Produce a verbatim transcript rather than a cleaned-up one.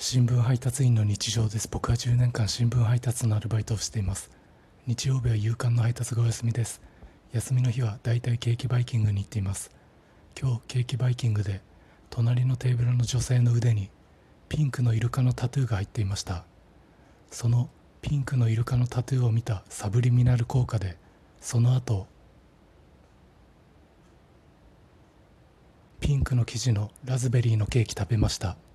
新聞配達員の日常です。僕はじゅうねんかん新聞配達のアルバイトをしています。日曜日は夕刊の配達がお休みです。休みの日はだいたいケーキバイキングに行っています。今日ケーキバイキングで隣のテーブルの女性の腕にピンクのイルカのタトゥーが入っていました。そのピンクのイルカのタトゥーを見たサブリミナル効果で、その後ピンクの生地のラズベリーのケーキ食べました。